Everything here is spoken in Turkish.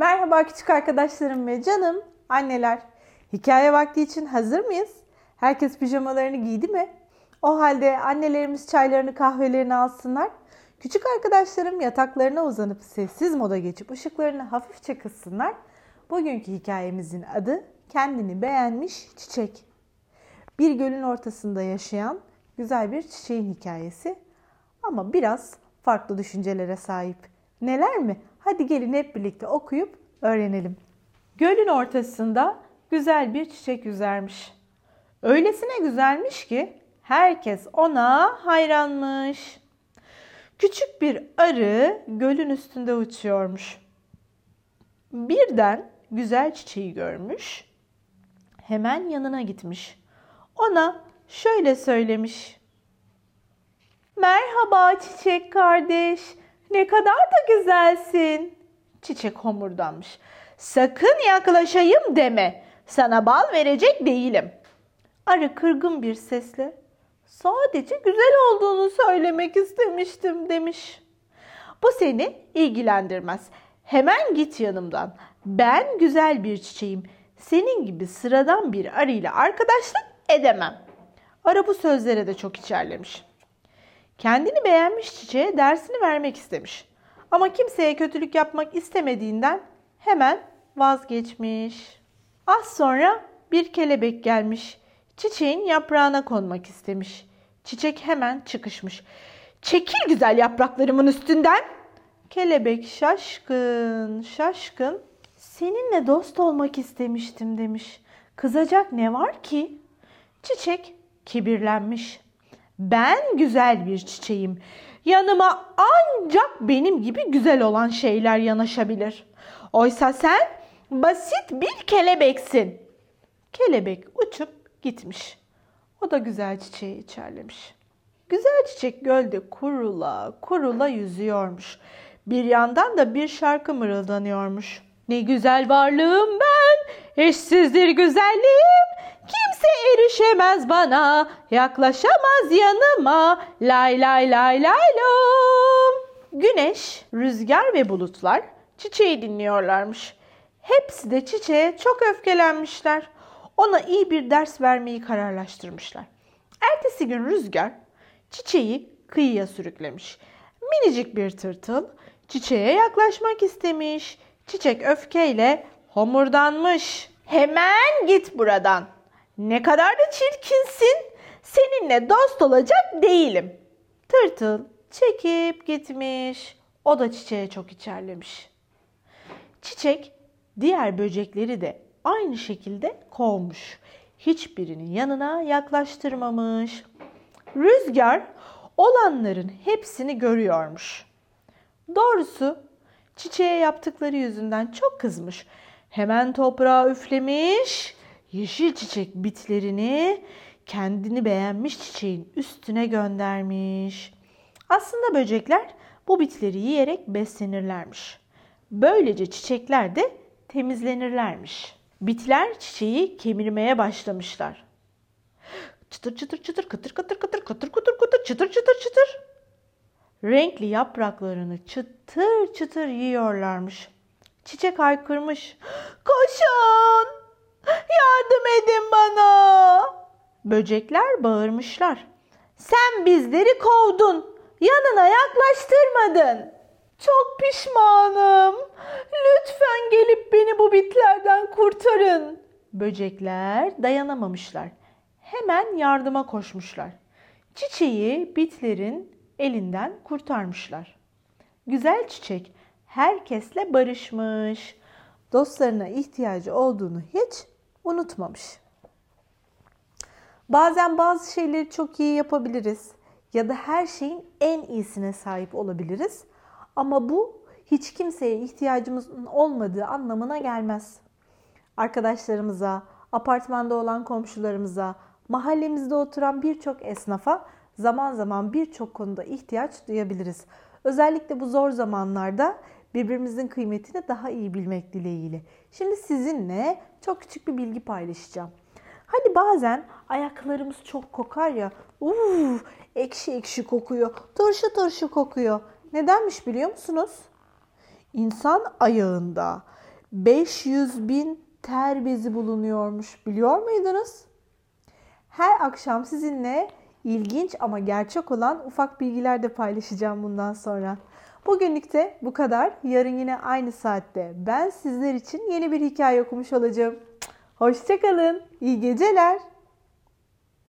Merhaba küçük arkadaşlarım ve canım anneler. Hikaye vakti için hazır mıyız? Herkes pijamalarını giydi mi? O halde annelerimiz çaylarını kahvelerini alsınlar. Küçük arkadaşlarım yataklarına uzanıp sessiz moda geçip ışıklarını hafifçe kıssınlar. Bugünkü hikayemizin adı Kendini Beğenmiş Çiçek. Bir gölün ortasında yaşayan güzel bir çiçeğin hikayesi. Ama biraz farklı düşüncelere sahip. Neler mi? Hadi gelin hep birlikte okuyup öğrenelim. Gölün ortasında güzel bir çiçek yüzermiş. Öylesine güzelmiş ki herkes ona hayranmış. Küçük bir arı gölün üstünde uçuyormuş. Birden güzel çiçeği görmüş. Hemen yanına gitmiş. Ona şöyle söylemiş. Merhaba çiçek kardeş. Ne kadar da güzelsin. Çiçek homurdanmış. Sakın yaklaşayım deme. Sana bal verecek değilim. Arı kırgın bir sesle sadece güzel olduğunu söylemek istemiştim demiş. Bu seni ilgilendirmez. Hemen git yanımdan. Ben güzel bir çiçeğim. Senin gibi sıradan bir arıyla arkadaşlık edemem. Arı bu sözlere de çok içerlemiş. Kendini beğenmiş çiçeğe dersini vermek istemiş. Ama kimseye kötülük yapmak istemediğinden hemen vazgeçmiş. Az sonra bir kelebek gelmiş. Çiçeğin yaprağına konmak istemiş. Çiçek hemen çıkışmış. Çekil güzel yapraklarımın üstünden. Kelebek şaşkın şaşkın seninle dost olmak istemiştim demiş. Kızacak ne var ki? Çiçek kibirlenmiş. Ben güzel bir çiçeğim. Yanıma ancak benim gibi güzel olan şeyler yanaşabilir. Oysa sen basit bir kelebeksin. Kelebek uçup gitmiş. O da güzel çiçeği içerlemiş. Güzel çiçek gölde kurula kurula yüzüyormuş. Bir yandan da bir şarkı mırıldanıyormuş. Ne güzel varlığım ben, eşsizdir güzelliğim. Kimse erişemez bana, yaklaşamaz yanıma. Lay lay lay lay lom. Güneş, rüzgar ve bulutlar çiçeği dinliyorlarmış. Hepsi de çiçeğe çok öfkelenmişler. Ona iyi bir ders vermeyi kararlaştırmışlar. Ertesi gün rüzgar çiçeği kıyıya sürüklemiş. Minicik bir tırtıl çiçeğe yaklaşmak istemiş. Çiçek öfkeyle homurdanmış. Hemen git buradan. Ne kadar da çirkinsin. Seninle dost olacak değilim. Tırtıl çekip gitmiş. O da çiçeğe çok içerlemiş. Çiçek diğer böcekleri de aynı şekilde kovmuş. Hiçbirinin yanına yaklaştırmamış. Rüzgar olanların hepsini görüyormuş. Doğrusu çiçeğe yaptıkları yüzünden çok kızmış. Hemen toprağa üflemiş, yeşil çiçek bitlerini kendini beğenmiş çiçeğin üstüne göndermiş. Aslında böcekler bu bitleri yiyerek beslenirlermiş. Böylece çiçekler de temizlenirlermiş. Bitler çiçeği kemirmeye başlamışlar. Çıtır çıtır çıtır, kıtır kıtır kıtır, kıtır kıtır kıtır, çıtır çıtır çıtır. Renkli yapraklarını çıtır çıtır yiyorlarmış. Çiçek haykırmış. Koşun! Yardım edin bana! Böcekler bağırmışlar. Sen bizleri kovdun. Yanına yaklaştırmadın. Çok pişmanım. Lütfen gelip beni bu bitlerden kurtarın. Böcekler dayanamamışlar. Hemen yardıma koşmuşlar. Çiçeği bitlerin elinden kurtarmışlar. Güzel çiçek herkesle barışmış. Dostlarına ihtiyacı olduğunu hiç unutmamış. Bazen bazı şeyleri çok iyi yapabiliriz ya da her şeyin en iyisine sahip olabiliriz. Ama bu hiç kimseye ihtiyacımızın olmadığı anlamına gelmez. Arkadaşlarımıza, apartmanda olan komşularımıza, mahallemizde oturan birçok esnafa zaman zaman birçok konuda ihtiyaç duyabiliriz. Özellikle bu zor zamanlarda birbirimizin kıymetini daha iyi bilmek dileğiyle. Şimdi sizinle çok küçük bir bilgi paylaşacağım. Hani bazen ayaklarımız çok kokar ya, ekşi ekşi kokuyor, turşu turşu kokuyor. Nedenmiş biliyor musunuz? İnsan ayağında 500.000 ter bezi bulunuyormuş. Biliyor muydunuz? Her akşam sizinle ilginç ama gerçek olan ufak bilgiler de paylaşacağım bundan sonra. Bugünlük de bu kadar. Yarın yine aynı saatte ben sizler için yeni bir hikaye okumuş olacağım. Hoşça kalın. İyi geceler.